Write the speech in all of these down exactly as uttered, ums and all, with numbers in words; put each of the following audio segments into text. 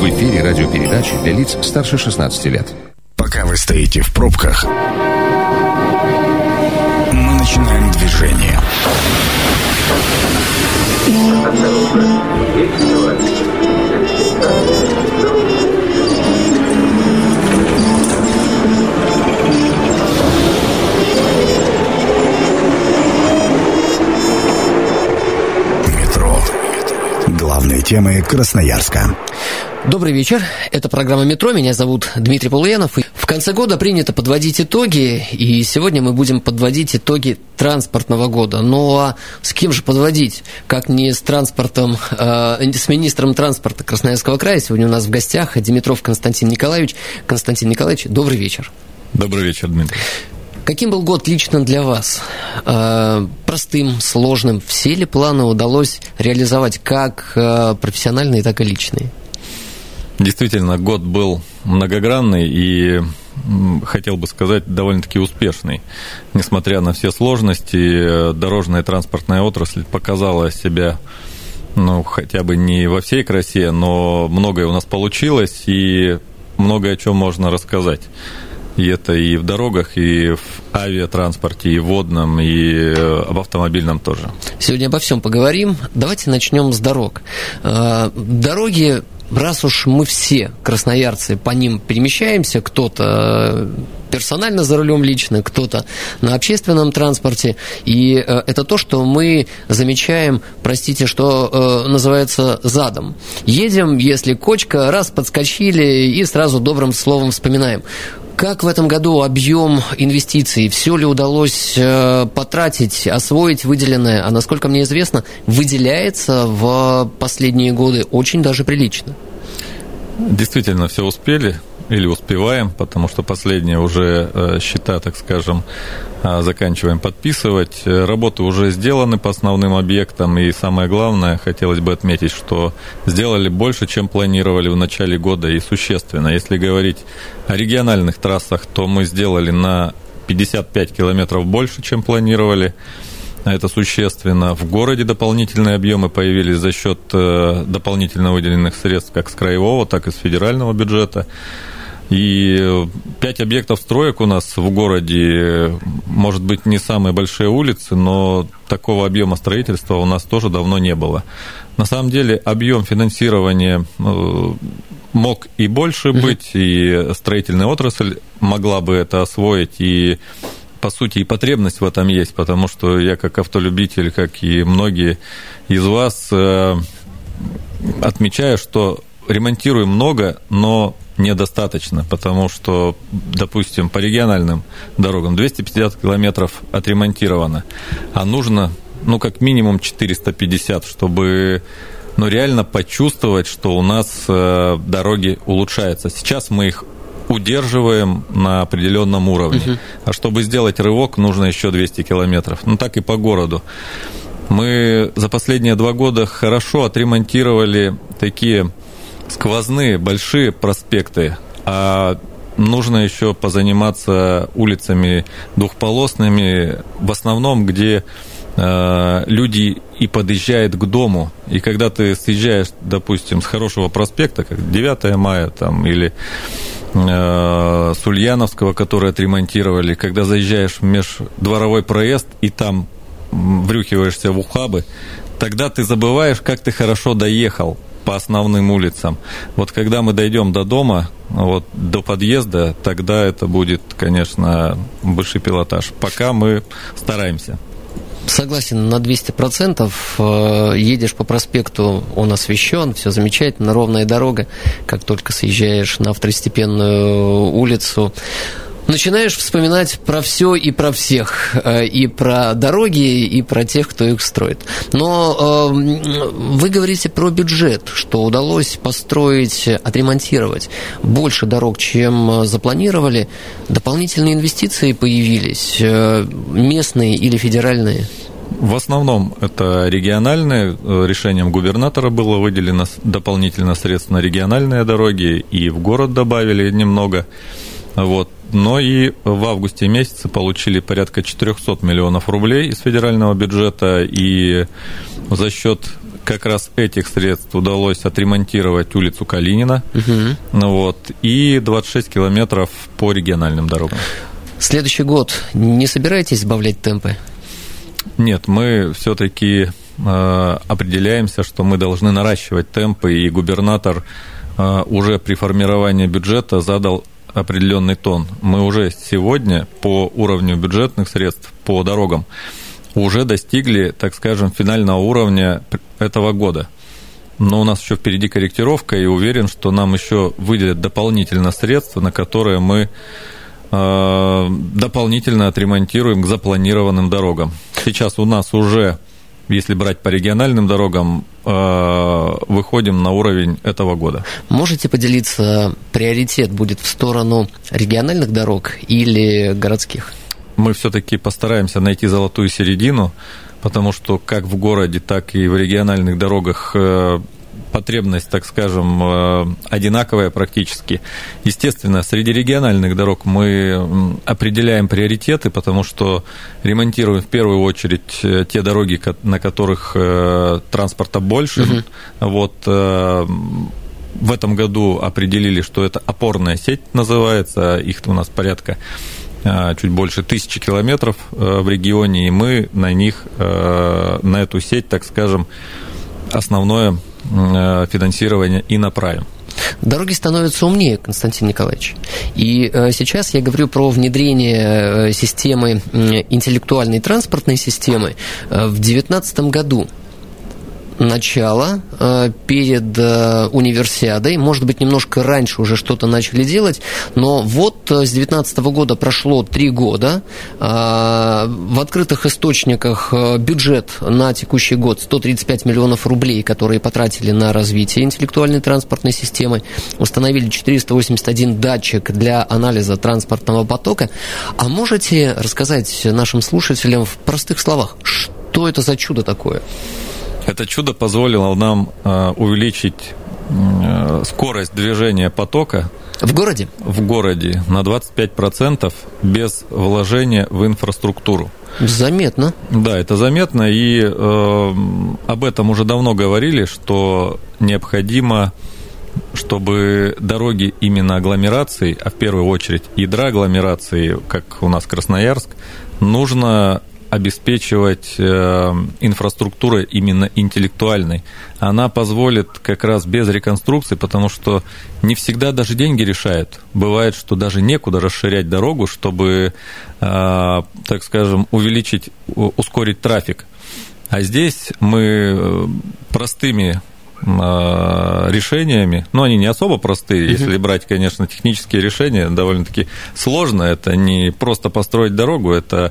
В эфире радиопередачи для лиц старше шестнадцати лет. Пока вы стоите в пробках, мы начинаем движение. Метро. Главные темы Красноярска. Добрый вечер. Это программа «Метро». Меня зовут Дмитрий Полуянов. В конце года принято подводить итоги, и сегодня мы будем подводить итоги транспортного года. Ну а с кем же подводить? Как не с транспортом, э, с министром транспорта Красноярского края. Сегодня у нас в гостях Димитров Константин Николаевич. Константин Николаевич, добрый вечер. Добрый вечер, Дмитрий. Каким был год лично для вас? Э, простым, сложным? Все ли планы удалось реализовать, как э, профессиональные, так и личные? Действительно, год был многогранный и, хотел бы сказать, довольно-таки успешный. Несмотря на все сложности, дорожная и транспортная отрасль показала себя, ну, хотя бы не во всей красе, но многое у нас получилось, и многое о чем можно рассказать. И это и в дорогах, и в авиатранспорте, и в водном, и об автомобильном тоже. Сегодня обо всем поговорим. Давайте начнем с дорог. Дороги, раз уж мы все, красноярцы, по ним перемещаемся, кто-то персонально за рулем лично, кто-то на общественном транспорте, и это то, что мы замечаем, простите, что называется задом. Едем, если кочка, раз подскочили и сразу добрым словом вспоминаем. Как в этом году объем инвестиций? Все ли удалось э, потратить, освоить выделенное? А насколько мне известно, выделяется в последние годы очень даже прилично. Действительно, все успели или успеваем, потому что последние уже э, счета, так скажем, э, заканчиваем подписывать. Работы уже сделаны по основным объектам, и самое главное, хотелось бы отметить, что сделали больше, чем планировали в начале года, и существенно. Если говорить о региональных трассах, то мы сделали на пятьдесят пять километров больше, чем планировали. Это существенно. В городе дополнительные объемы появились за счет э, дополнительно выделенных средств как с краевого, так и с федерального бюджета. И пять объектов строек у нас в городе, может быть, не самые большие улицы, но такого объема строительства у нас тоже давно не было. На самом деле объем финансирования мог и больше быть, и строительная отрасль могла бы это освоить, и по сути и потребность в этом есть, потому что я как автолюбитель, как и многие из вас, отмечаю, что ремонтируем много, но недостаточно, потому что, допустим, по региональным дорогам двести пятьдесят километров отремонтировано, а нужно, ну, как минимум четыреста пятьдесят, чтобы, ну, реально почувствовать, что у нас э, дороги улучшаются. Сейчас мы их удерживаем на определенном уровне, uh-huh. а чтобы сделать рывок, нужно еще двести километров. Ну, так и по городу. Мы за последние два года хорошо отремонтировали такие сквозные большие проспекты, а нужно еще позаниматься улицами двухполосными, в основном, где э, люди и подъезжают к дому. И когда ты съезжаешь, допустим, с хорошего проспекта, как девятое мая там, или э, с Ульяновского, который отремонтировали, когда заезжаешь в междворовой проезд и там врюхиваешься в ухабы, тогда ты забываешь, как ты хорошо доехал по основным улицам. Вот когда мы дойдем до дома, вот, до подъезда, тогда это будет, конечно, высший пилотаж. Пока мы стараемся. Согласен на двести процентов. Едешь по проспекту, он освещен, все замечательно, ровная дорога. Как только съезжаешь на второстепенную улицу, начинаешь вспоминать про все и про всех, и про дороги, и про тех, кто их строит. Но э, вы говорите про бюджет, что удалось построить, отремонтировать больше дорог, чем запланировали. Дополнительные инвестиции появились, э, местные или федеральные? В основном это региональные. Решением губернатора было выделено дополнительно средств на региональные дороги, и в город добавили немного. Вот. Но и в августе месяце получили порядка четыреста миллионов рублей из федерального бюджета, и за счет как раз этих средств удалось отремонтировать улицу Калинина, угу. вот, и двадцать шесть километров по региональным дорогам. Следующий год не собираетесь сбавлять темпы? Нет, мы все-таки э, определяемся, что мы должны наращивать темпы, и губернатор э, уже при формировании бюджета задал определенный тон. Мы уже сегодня по уровню бюджетных средств по дорогам уже достигли, так скажем, финального уровня этого года. Но у нас еще впереди корректировка, и уверен, что нам еще выделят дополнительно средства, на которые мы э, дополнительно отремонтируем к запланированным дорогам. Сейчас у нас уже, если брать по региональным дорогам, выходим на уровень этого года. Можете поделиться, приоритет будет в сторону региональных дорог или городских? Мы все-таки постараемся найти золотую середину, потому что как в городе, так и в региональных дорогах потребность, так скажем, одинаковая практически. Естественно, среди региональных дорог мы определяем приоритеты, потому что ремонтируем в первую очередь те дороги, на которых транспорта больше. Угу. Вот, в этом году определили, что это опорная сеть называется, их у нас порядка чуть больше тысячи километров в регионе, и мы на них, на эту сеть, так скажем, основное финансирование и направим. Дороги становятся умнее, Константин Николаевич. И сейчас я говорю про внедрение системы, интеллектуальной транспортной системы в две тысячи девятнадцатом году. Начало перед универсиадой, может быть, немножко раньше уже что-то начали делать, но вот с две тысячи девятнадцатого года прошло три года, в открытых источниках бюджет на текущий год сто тридцать пять миллионов рублей, которые потратили на развитие интеллектуальной транспортной системы, установили четыреста восемьдесят один датчик для анализа транспортного потока. А можете рассказать нашим слушателям в простых словах, что это за чудо такое? Это чудо позволило нам э, увеличить э, скорость движения потока. В городе? В городе на двадцать пять процентов без вложения в инфраструктуру. Заметно. Да, это заметно, и э, об этом уже давно говорили, что необходимо, чтобы дороги именно агломерации, а в первую очередь ядра агломерации, как у нас Красноярск, нужно обеспечивать э, инфраструктурой именно интеллектуальной. Она позволит как раз без реконструкции, потому что не всегда даже деньги решают. Бывает, что даже некуда расширять дорогу, чтобы, э, так скажем, увеличить, ускорить трафик. А здесь мы простыми э, решениями, но они не особо простые, mm-hmm. если брать, конечно, технические решения, довольно-таки сложно. Это не просто построить дорогу, это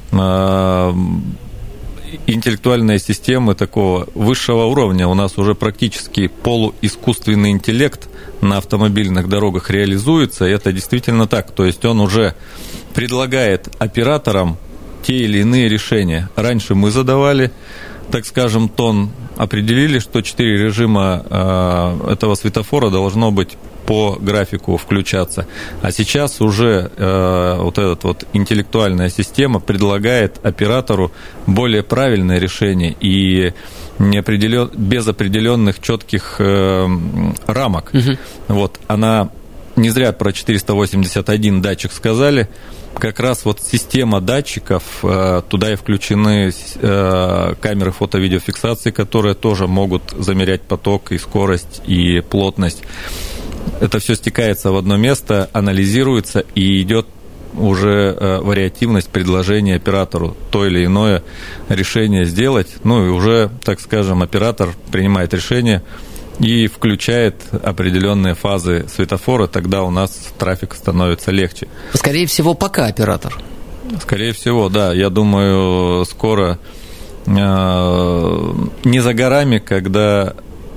интеллектуальные системы такого высшего уровня. У нас уже практически полуискусственный интеллект на автомобильных дорогах реализуется, и это действительно так. То есть он уже предлагает операторам те или иные решения. Раньше мы задавали, так скажем, тон, определили, что четыре режима э, этого светофора должно быть по графику включаться. А сейчас уже э, вот эта вот интеллектуальная система предлагает оператору более правильное решение и не определен, без определенных четких э, рамок. Угу. Вот, она не зря про четыреста восемьдесят один датчик сказали. Как раз вот система датчиков, э, туда и включены э, камеры фото-видеофиксации, которые тоже могут замерять поток и скорость, и плотность. Это все стекается в одно место, анализируется, и идет уже э, вариативность предложения оператору то или иное решение сделать. Ну и уже, так скажем, оператор принимает решение и включает определенные фазы светофора, тогда у нас трафик становится легче. Скорее всего, пока оператор. Скорее всего, да. Я думаю, скоро э, не за горами, когда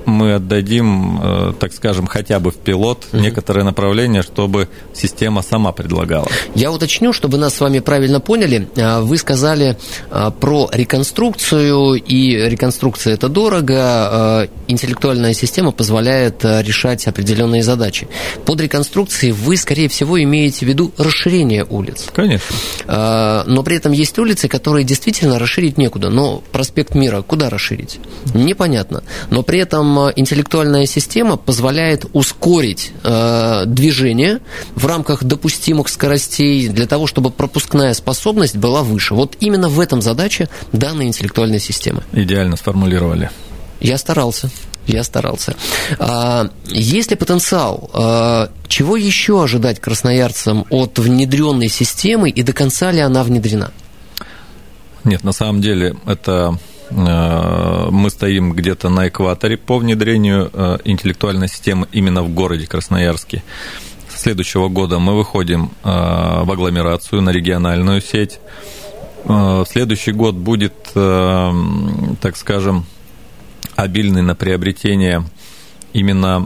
мы отдадим, так скажем, хотя бы в пилот mm-hmm. некоторые направления, чтобы система сама предлагала. Я уточню, чтобы нас с вами правильно поняли. Вы сказали про реконструкцию, и реконструкция – это дорого. Интеллектуальная система позволяет решать определенные задачи. Под реконструкцией вы, скорее всего, имеете в виду расширение улиц. Конечно. Но при этом есть улицы, которые действительно расширить некуда. Но проспект Мира куда расширить? Непонятно. Но при этом интеллектуальная система позволяет ускорить э, движение в рамках допустимых скоростей для того, чтобы пропускная способность была выше. Вот именно в этом задача данной интеллектуальной системы. Идеально сформулировали. Я старался. Я старался. А, есть ли потенциал? А, чего еще ожидать красноярцам от внедренной системы и до конца ли она внедрена? Нет, на самом деле это... Мы стоим где-то на экваторе по внедрению интеллектуальной системы именно в городе Красноярске. С следующего года мы выходим в агломерацию, на региональную сеть. В следующий год будет, так скажем, обильный на приобретение именно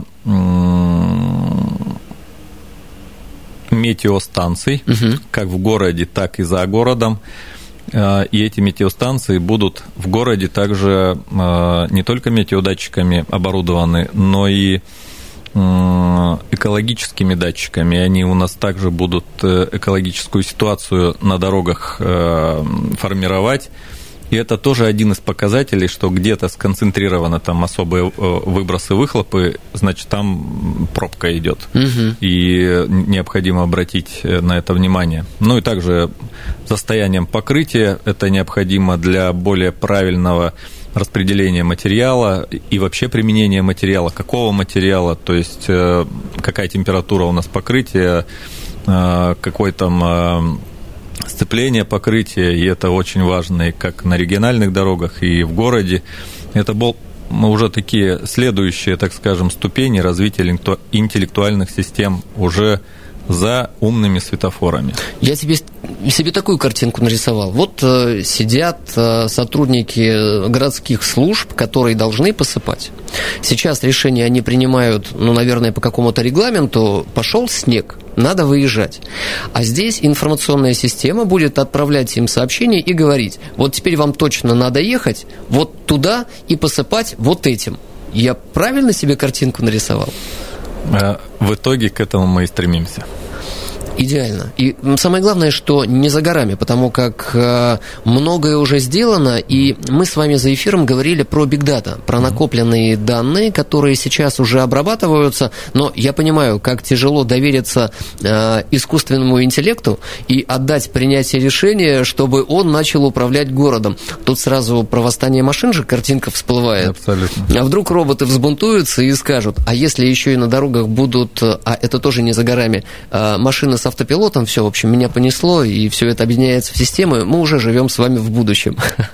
метеостанций, угу. как в городе, так и за городом. И эти метеостанции будут в городе также не только метеодатчиками оборудованы, но и экологическими датчиками. Они у нас также будут экологическую ситуацию на дорогах формировать. И это тоже один из показателей, что где-то сконцентрированы там особые выбросы, выхлопы, значит, там пробка идет. Угу. И необходимо обратить на это внимание. Ну и также состоянием покрытия это необходимо для более правильного распределения материала и вообще применения материала, какого материала, то есть какая температура у нас покрытия, какой там... сцепление покрытия, и это очень важно и как на региональных дорогах, и в городе. Это был уже такие следующие, так скажем, ступени развития интеллектуальных систем уже за умными светофорами. Я тебе, себе такую картинку нарисовал. Вот э, сидят э, сотрудники городских служб, которые должны посыпать. Сейчас решения они принимают, ну, наверное, по какому-то регламенту. Пошел снег, надо выезжать. А здесь информационная система будет отправлять им сообщения и говорить: вот теперь вам точно надо ехать вот туда и посыпать вот этим. Я правильно себе картинку нарисовал? В итоге к этому мы и стремимся. Идеально. И самое главное, что не за горами, потому как многое уже сделано, и мы с вами за эфиром говорили про Big Data, про накопленные данные, которые сейчас уже обрабатываются, но я понимаю, как тяжело довериться искусственному интеллекту и отдать принятие решения, чтобы он начал управлять городом. Тут сразу про восстание машин же картинка всплывает. Абсолютно. А вдруг роботы взбунтуются и скажут: а если еще и на дорогах будут, а это тоже не за горами, машины с автопилотом, все, в общем, меня понесло, и все это объединяется в системы, мы уже живем с вами в будущем.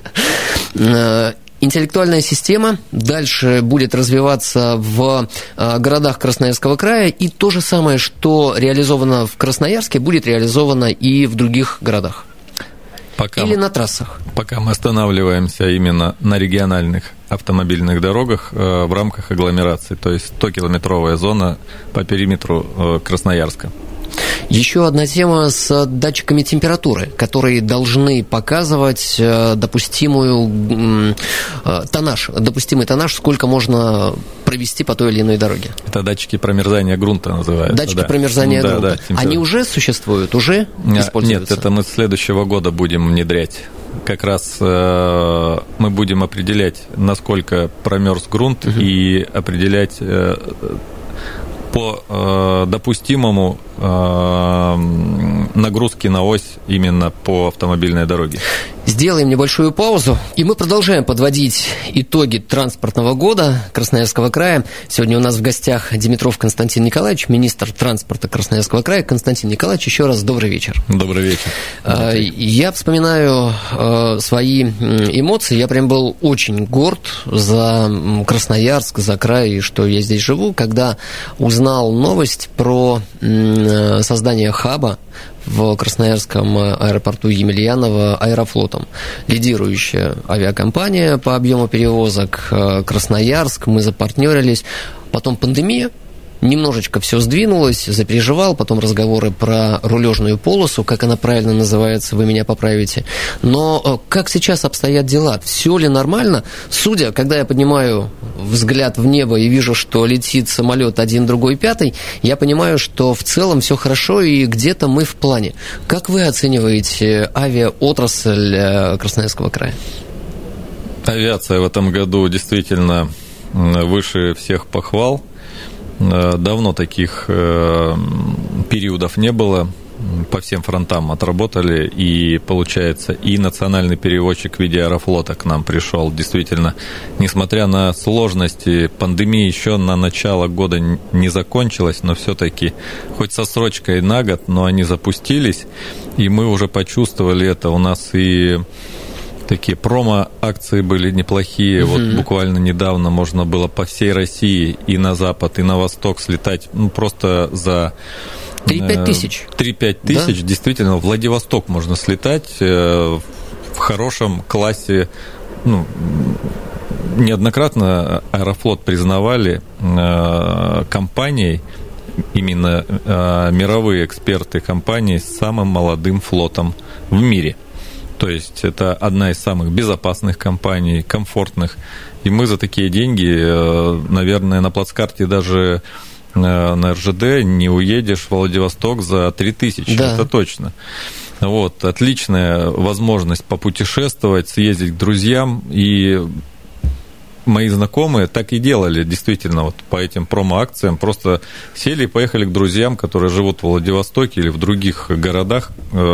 Интеллектуальная система дальше будет развиваться в городах Красноярского края, и то же самое, что реализовано в Красноярске, будет реализовано и в других городах. Пока Или мы, на трассах. Пока мы останавливаемся именно на региональных автомобильных дорогах э, в рамках агломерации, то есть стокилометровая зона по периметру э, Красноярска. Еще одна тема с датчиками температуры, которые должны показывать допустимую тоннаж, допустимый тоннаж, сколько можно провести по той или иной дороге. Это датчики промерзания грунта называются. Датчики да. промерзания да, грунта. Да, они уже существуют, уже используются? Нет, это мы с следующего года будем внедрять. Как раз э, мы будем определять, насколько промерз грунт, угу. и определять э, по э, допустимому э, нагрузке на ось именно по автомобильной дороге. Сделаем небольшую паузу, и мы продолжаем подводить итоги транспортного года Красноярского края. Сегодня у нас в гостях Димитров Константин Николаевич, министр транспорта Красноярского края. Константин Николаевич, еще раз добрый вечер. Добрый вечер. Я вспоминаю свои эмоции. Я прям был очень горд за Красноярск, за край, и что я здесь живу, когда узнал новость про создания хаба в Красноярском аэропорту Емельянова Аэрофлотом. Лидирующая авиакомпания по объему перевозок Красноярск, мы запартнерились. Потом пандемия. Немножечко все сдвинулось, запереживал, потом разговоры про рулежную полосу, как она правильно называется, вы меня поправите. Но как сейчас обстоят дела? Все ли нормально? Судя, когда я поднимаю взгляд в небо и вижу, что летит самолет один, другой, пятый, я понимаю, что в целом все хорошо и где-то мы в плане. Как вы оцениваете авиаотрасль Красноярского края? Авиация в этом году действительно выше всех похвал. Давно таких периодов не было, по всем фронтам отработали, и, получается, и национальный перевозчик в виде Аэрофлота к нам пришел. Действительно, несмотря на сложности, пандемия еще на начало года не закончилась, но все-таки, хоть со срочкой на год, но они запустились, и мы уже почувствовали это. У нас и такие промо-акции были неплохие. Mm-hmm. Вот буквально недавно можно было по всей России и на запад, и на восток слетать, ну, просто за три-пять тысяч. три-пять тысяч, да? Действительно, в Владивосток можно слетать в хорошем классе. Ну, неоднократно Аэрофлот признавали компанией, именно мировые эксперты компании, с самым молодым флотом в мире. То есть это одна из самых безопасных компаний, комфортных. И мы за такие деньги, наверное, на плацкарте даже на эр жэ дэ не уедешь в Владивосток за три тысячи, да. Это точно. Вот, отличная возможность попутешествовать, съездить к друзьям. И мои знакомые так и делали, действительно, вот по этим промо-акциям. Просто сели и поехали к друзьям, которые живут в Владивостоке или в других городах.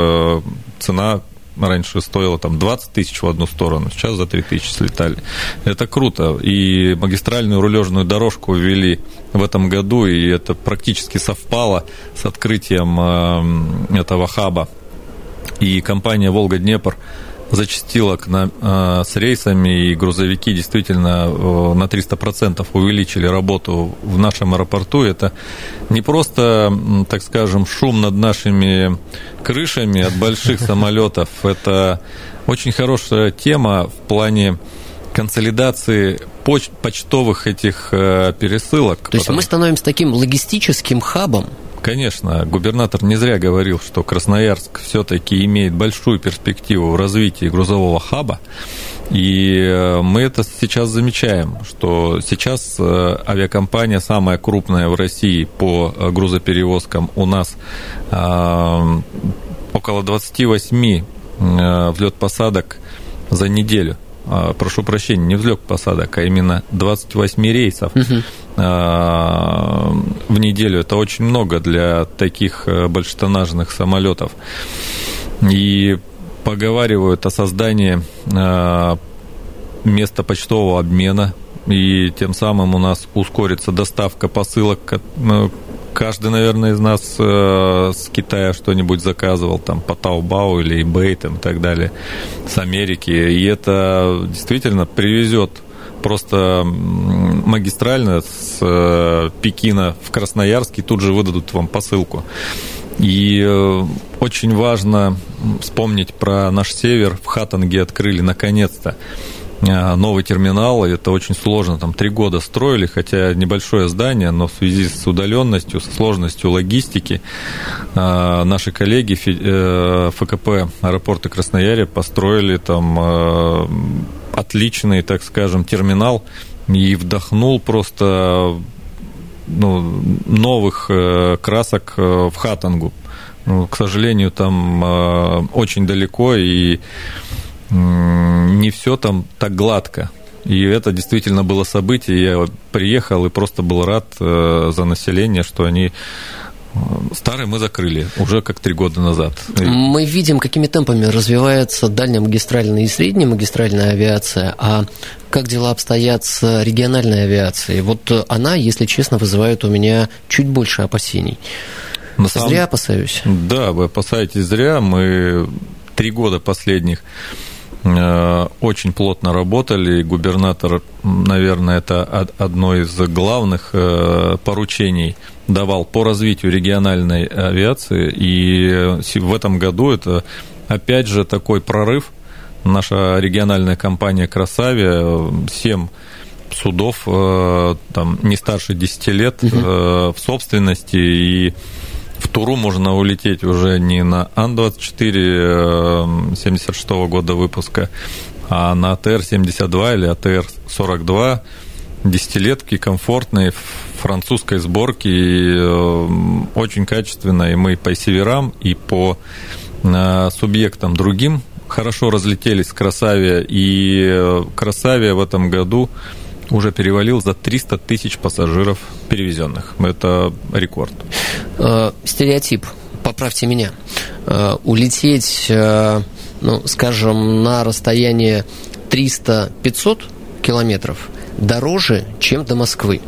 Цена раньше стоило там двадцать тысяч в одну сторону, сейчас за три тысячи слетали. Это круто. И магистральную рулежную дорожку ввели в этом году, и это практически совпало с открытием этого хаба. И компания «Волга-Днепр» зачастила к нам э, с рейсами, и грузовики действительно э, на триста процентов увеличили работу в нашем аэропорту. Это не просто, так скажем, шум над нашими крышами от больших самолетов. Это очень хорошая тема в плане консолидации поч- почтовых этих э, пересылок. То потому... есть мы становимся таким логистическим хабом? Конечно, губернатор не зря говорил, что Красноярск все-таки имеет большую перспективу в развитии грузового хаба, и мы это сейчас замечаем, что сейчас авиакомпания самая крупная в России по грузоперевозкам. У нас около двадцать восемь взлет-посадок за неделю. Прошу прощения, не взлет-посадок, а именно двадцать восемь рейсов uh-huh. в неделю. Это очень много для таких большетоннажных самолетов. И поговаривают о создании места почтового обмена, и тем самым у нас ускорится доставка посылок. Каждый, наверное, из нас э, с Китая что-нибудь заказывал, там, по Taobao или eBay, там, и так далее, с Америки. И это действительно привезет просто магистрально с э, Пекина в Красноярск, и тут же выдадут вам посылку. И э, очень важно вспомнить про наш север. В Хатанге открыли, наконец-то, новый терминал. Это очень сложно, там три года строили, хотя небольшое здание, но в связи с удаленностью, со сложностью логистики наши коллеги эф ка пэ аэропорта Красноярья построили там отличный, так скажем, терминал, и вдохнул просто, ну, новых красок в Хатангу. Ну, к сожалению, там очень далеко, и не все там так гладко. И это действительно было событие. Я приехал и просто был рад э, за население, что они... Старый мы закрыли уже как три года назад. Мы видим, какими темпами развивается дальняя магистральная и средняя магистральная авиация. А как дела обстоят с региональной авиацией? Вот она, если честно, вызывает у меня чуть больше опасений. На самом... Зря опасаюсь. Да, вы опасаетесь зря. Мы три года последних очень плотно работали. Губернатор, наверное, это одно из главных поручений давал по развитию региональной авиации. И в этом году это, опять же, такой прорыв. Наша региональная компания «Красавия», семь судов, там, не старше десяти лет uh-huh. в собственности, и в Туру можно улететь уже не на Ан двадцать четыре семьдесят шестого года выпуска, а на А Т Р семьдесят два или А Т Р сорок два, десятилетки, комфортные, французской сборки, и очень качественно, и мы по северам, и по субъектам другим хорошо разлетелись с «Красавия», и «Красавия» в этом году уже перевалил за триста тысяч пассажиров перевезенных. Это рекорд. Стереотип, поправьте меня. Улететь, ну, скажем, на расстояние триста-пятьсот километров дороже, чем до Москвы.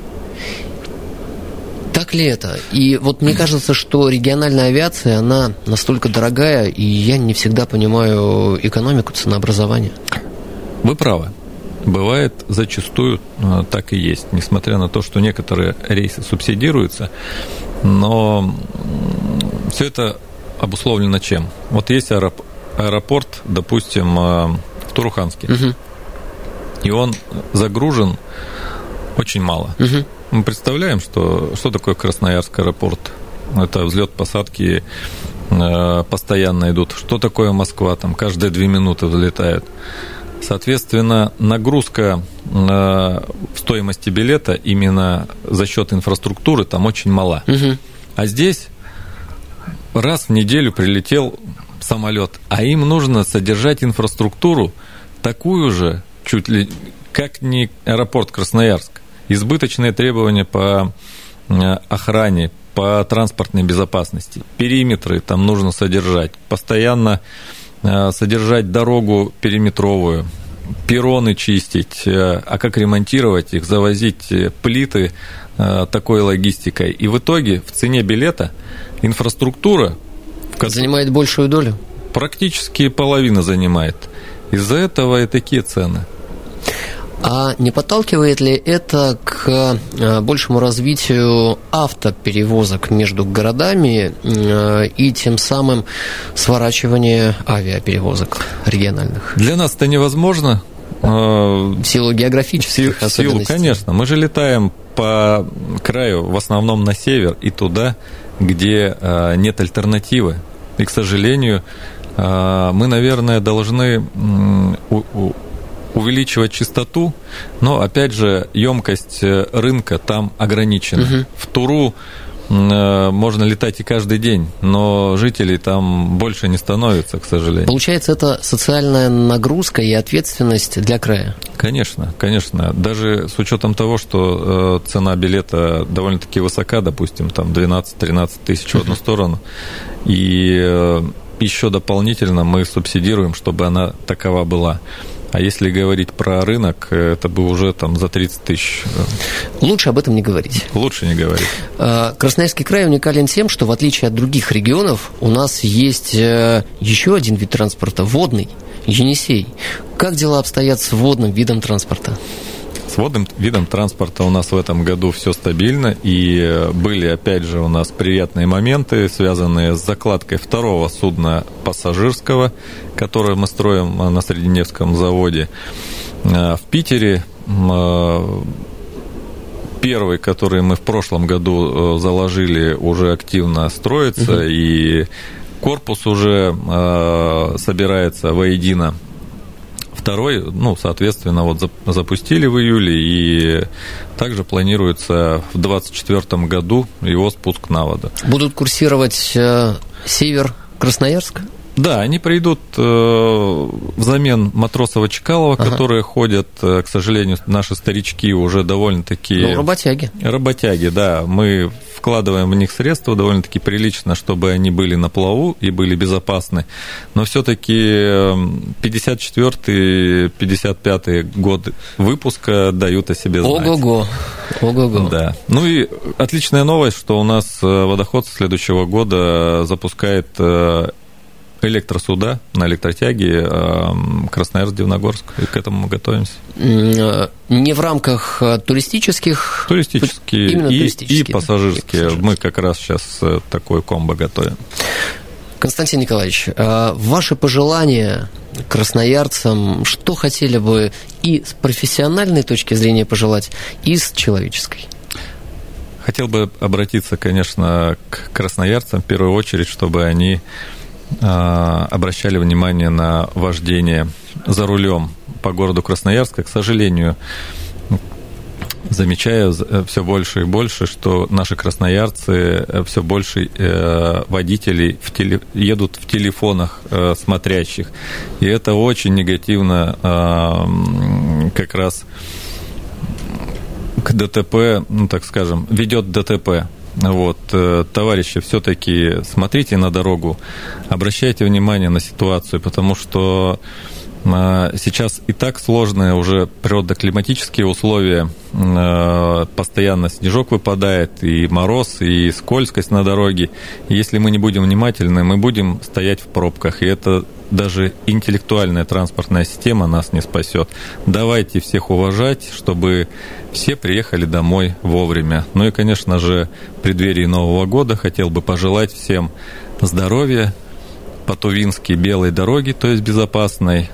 Так ли это? И вот мне кажется, что региональная авиация, она настолько дорогая, и я не всегда понимаю экономику ценообразования. Вы правы. Бывает, зачастую так и есть, несмотря на то, что некоторые рейсы субсидируются, но все это обусловлено чем? Вот есть аэропорт, допустим, в Туруханске, угу. и он загружен очень мало. Угу. Мы представляем, что, что такое Красноярский аэропорт. Это взлет, посадки э, постоянно идут. Что такое Москва? Там каждые две минуты взлетают. Соответственно, нагрузка э, в стоимости билета именно за счет инфраструктуры там очень мала. Угу. А здесь раз в неделю прилетел самолет, а им нужно содержать инфраструктуру такую же, чуть ли, как не аэропорт Красноярск. Избыточные требования по охране, по транспортной безопасности, периметры там нужно содержать, постоянно содержать дорогу периметровую, перроны чистить, а как ремонтировать их, завозить плиты такой логистикой. И в итоге в цене билета инфраструктура занимает большую долю? Практически половину занимает. Из-за этого и такие цены. А не подталкивает ли это к большему развитию автоперевозок между городами и тем самым сворачивание авиаперевозок региональных? Для нас это невозможно. В силу географических в силу, особенностей. Конечно. Мы же летаем по краю, в основном на север и туда, где нет альтернативы. И, к сожалению, мы, наверное, должны увеличивать частоту, но, опять же, емкость рынка там ограничена. Угу. В Туру можно летать и каждый день, но жителей там больше не становится, к сожалению. Получается, это социальная нагрузка и ответственность для края? Конечно, конечно. Даже с учетом того, что цена билета довольно-таки высока, допустим, там двенадцать-тринадцать тысяч в одну сторону, и еще дополнительно мы субсидируем, чтобы она такова была. А если говорить про рынок, это бы уже там за тридцать тысяч. Лучше об этом не говорить. Лучше не говорить. Красноярский край уникален тем, что в отличие от других регионов, у нас есть еще один вид транспорта – водный, Енисей. Как дела обстоят с водным видом транспорта? С водным видом транспорта у нас в этом году все стабильно, и были, опять же, у нас приятные моменты, связанные с закладкой второго судна пассажирского, которое мы строим на Средненевском заводе. В Питере первый, который мы в прошлом году заложили, уже активно строится, угу. и корпус уже собирается воедино. Второй, ну, соответственно, вот запустили в июле, и также планируется в двадцать четвёртом году его спуск на воду. Будут курсировать э, север Красноярск? Да, они придут э, взамен Матросова-Чкалова, ага. которые ходят, э, к сожалению, наши старички уже довольно-таки... Ну, работяги. Работяги, да. Мы вкладываем в них средства довольно-таки прилично, чтобы они были на плаву и были безопасны. Но все-таки пятьдесят четвёртый - пятьдесят пятый год выпуска дают о себе знать. Ого-го. Ого-го. Да. Ну и отличная новость, что у нас водоход с следующего года запускает электросуда на электротяге Красноярск-Дивногорск. И к этому мы готовимся. Не в рамках туристических? Туристические, именно и, туристические, и пассажирские. Да? И мы как раз сейчас такой комбо готовим. Константин Николаевич, ваши пожелания красноярцам, что хотели бы и с профессиональной точки зрения пожелать, и с человеческой? Хотел бы обратиться, конечно, к красноярцам в первую очередь, чтобы они обращали внимание на вождение за рулем по городу Красноярска. К сожалению, замечаю все больше и больше, что наши красноярцы, все больше водителей в теле, едут в телефонах смотрящих. И это очень негативно как раз к ДТП, ну так скажем, ведет ДТП. Вот, товарищи, все-таки смотрите на дорогу, обращайте внимание на ситуацию, потому что сейчас и так сложные уже природно-климатические условия, постоянно снежок выпадает, и мороз, и скользкость на дороге. Если мы не будем внимательны, мы будем стоять в пробках, и это даже интеллектуальная транспортная система нас не спасет. Давайте всех уважать, чтобы все приехали домой вовремя. Ну и, конечно же, в преддверии Нового года хотел бы пожелать всем здоровья, по-тувински белой дороги, то есть безопасной.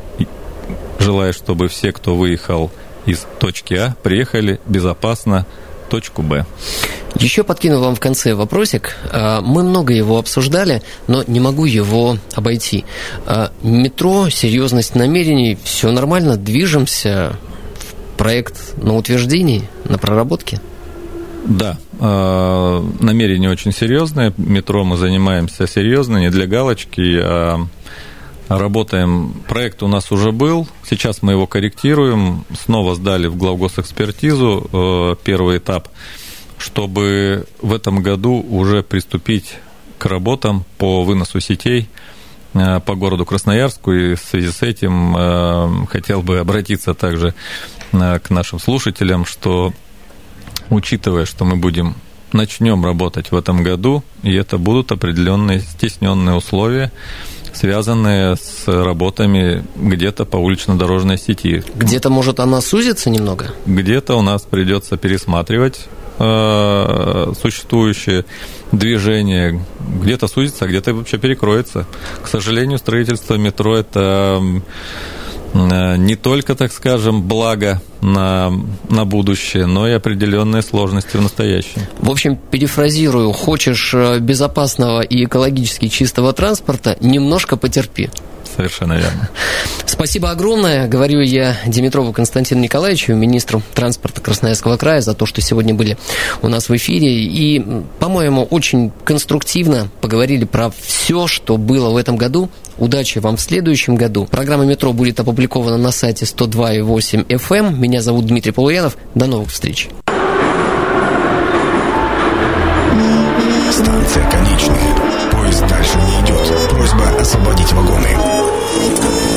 Желаю, чтобы все, кто выехал из точки А, приехали безопасно в точку Б. Еще подкину вам в конце вопросик. Мы много его обсуждали, но не могу его обойти. Метро, серьезность намерений, все нормально, движемся в проект на утверждении, на проработке? Да, намерения очень серьезные. Метро мы занимаемся серьезно, не для галочки, а работаем. Проект у нас уже был, сейчас мы его корректируем, снова сдали в главгосэкспертизу первый этап, чтобы в этом году уже приступить к работам по выносу сетей по городу Красноярску. И в связи с этим хотел бы обратиться также к нашим слушателям, что, учитывая, что мы будем начнем работать в этом году, и это будут определенные стесненные условия, связанные с работами где-то по улично-дорожной сети. Где-то, может, она сузится немного? Где-то у нас придется пересматривать э, существующее движение. Где-то сузится, а где-то вообще перекроется. К сожалению, строительство метро – это не только, так скажем, благо на, на будущее, но и определенные сложности в настоящем. В общем, перефразирую, хочешь безопасного и экологически чистого транспорта, немножко потерпи. Совершенно верно. Спасибо огромное. Говорю я Димитрову Константину Николаевичу, министру транспорта Красноярского края, за то, что сегодня были у нас в эфире. И, по-моему, очень конструктивно поговорили про все, что было в этом году. Удачи вам в следующем году. Программа «Метро» будет опубликована на сайте сто два и восемь эф эм. Меня зовут Дмитрий Полуянов. До новых встреч. Станция конечная. Поезд дальше не идет. Просьба освободить вагоны.